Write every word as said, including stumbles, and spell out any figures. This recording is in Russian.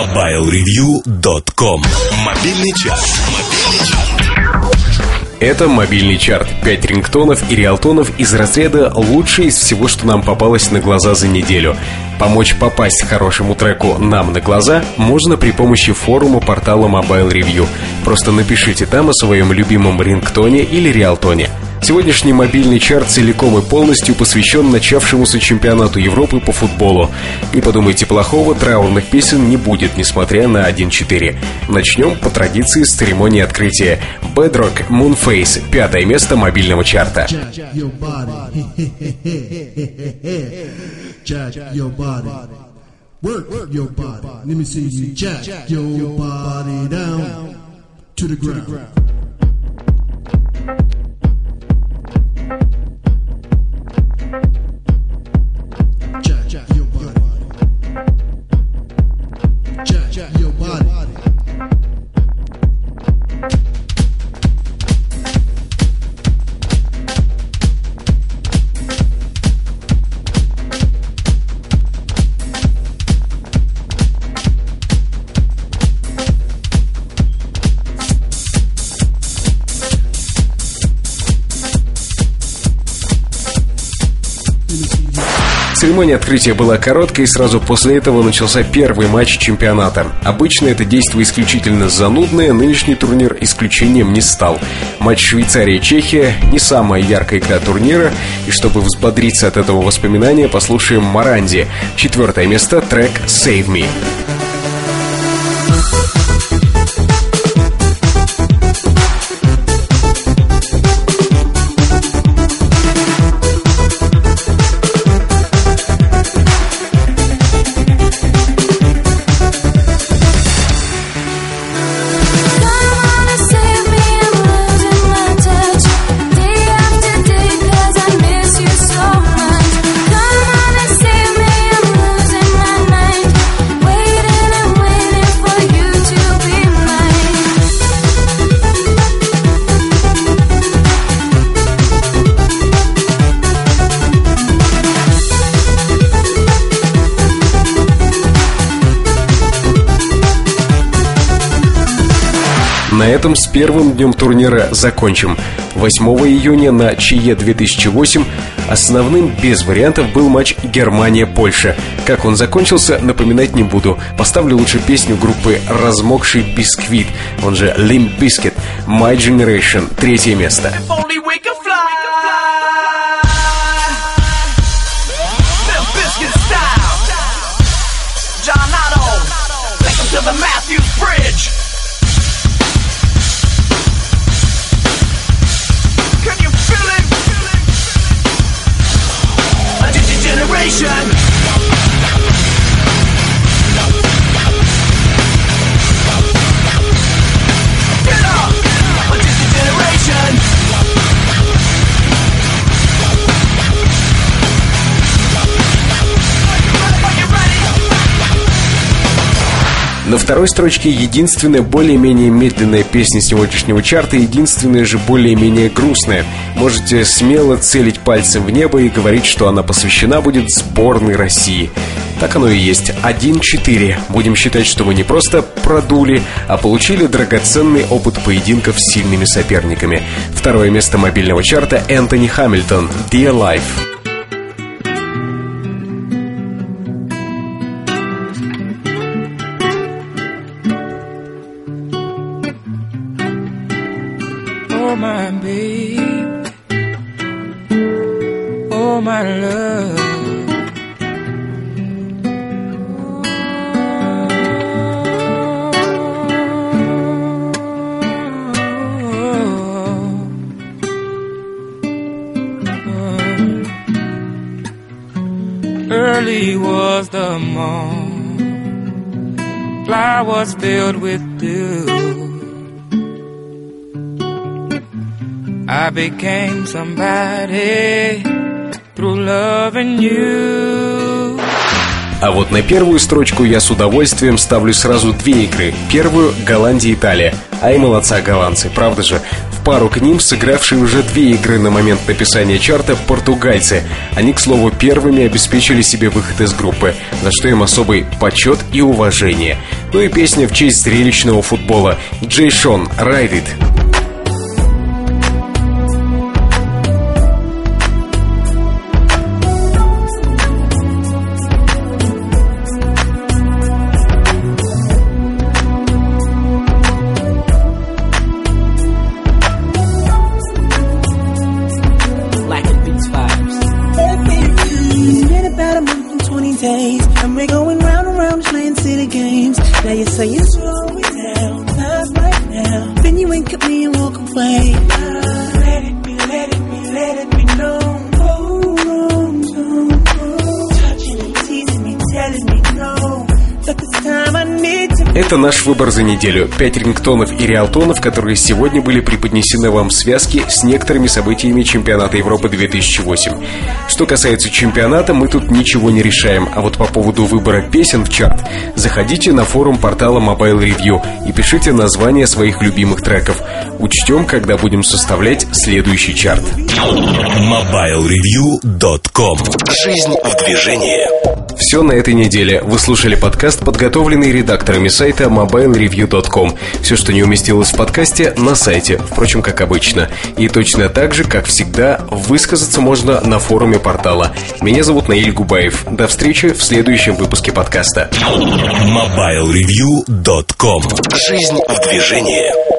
мобайл ревью точка ком. Мобильный час. Это мобильный чарт. Пять рингтонов и риалтонов из разряда «лучшее из всего, что нам попалось на глаза за неделю». Помочь попасть хорошему треку нам на глаза можно при помощи форума портала Mobile Review. Просто напишите там о своем любимом рингтоне или риалтоне. Сегодняшний мобильный чарт целиком и полностью посвящен начавшемуся чемпионату Европы по футболу. Не подумайте плохого, траурных песен не будет, несмотря на один четыре. Начнем по традиции с церемонии открытия. Bedrock, Moonface, пятое место мобильного чарта. Церемония открытия была короткой, и сразу после этого начался первый матч чемпионата. Обычно это действие исключительно занудное, нынешний турнир исключением не стал. Матч Швейцария-Чехия — не самая яркая игра турнира, и чтобы взбодриться от этого воспоминания, послушаем Моранди. Четвертое место, трек «Save Me». На этом с первым днем турнира закончим. восьмого июня на ЧЕ две тысячи восемь основным без вариантов был матч Германия-Польша. Как он закончился, напоминать не буду. Поставлю лучше песню группы «Размокший бисквит», он же Limp Bizkit, My Generation, третье место. На второй строчке единственная более-менее медленная песня сегодняшнего чарта, единственная же более-менее грустная. Можете смело целить пальцем в небо и говорить, что она посвящена будет сборной России. Так оно и есть. один четыре. Будем считать, что мы не просто продули, а получили драгоценный опыт поединков с сильными соперниками. Второе место мобильного чарта — Энтони Хамильтон, Dear Life. Oh my babe, oh my love, early was the morn, flowers filled with dew. I became somebody through loving you. А вот на первую строчку я с удовольствием ставлю сразу две игры. Первую — Голландия-Италия. Ай, молодца голландцы, правда же? В пару к ним сыгравшие уже две игры на момент написания чарта португальцы. Они, к слову, первыми обеспечили себе выход из группы, за что им особый почет и уважение. Ну и песня в честь зрелищного футбола. Джей Шон, Ride It. And we're going round and round playing silly games. Now you say you slow it down, not right now. Then you wink at me and walk away. Let it be, let it be, let it be known. Oh, no, no, no. Touching me, teasing me, telling me no. But this time I need to. Это наш выбор за неделю. Пять рингтонов и реалтонов, которые сегодня были преподнесены вам в связке с некоторыми событиями чемпионата Европы две тысячи восемь. Что касается чемпионата, мы тут ничего не решаем. А вот по поводу выбора песен в чарт, заходите на форум портала Mobile Review и пишите названия своих любимых треков. Учтем, когда будем составлять следующий чарт. мобайл ревью точка ком. Жизнь в движении. Все на этой неделе. Вы слушали подкаст, подготовленный редакторами сайта мобайл ревью точка ком. Все, что не уместилось в подкасте, на сайте, впрочем, как обычно. И точно так же, как всегда, высказаться можно на форуме портала. Меня зовут Наиль Губаев. До встречи в следующем выпуске подкаста. мобайл ревью точка ком. Жизнь в движении.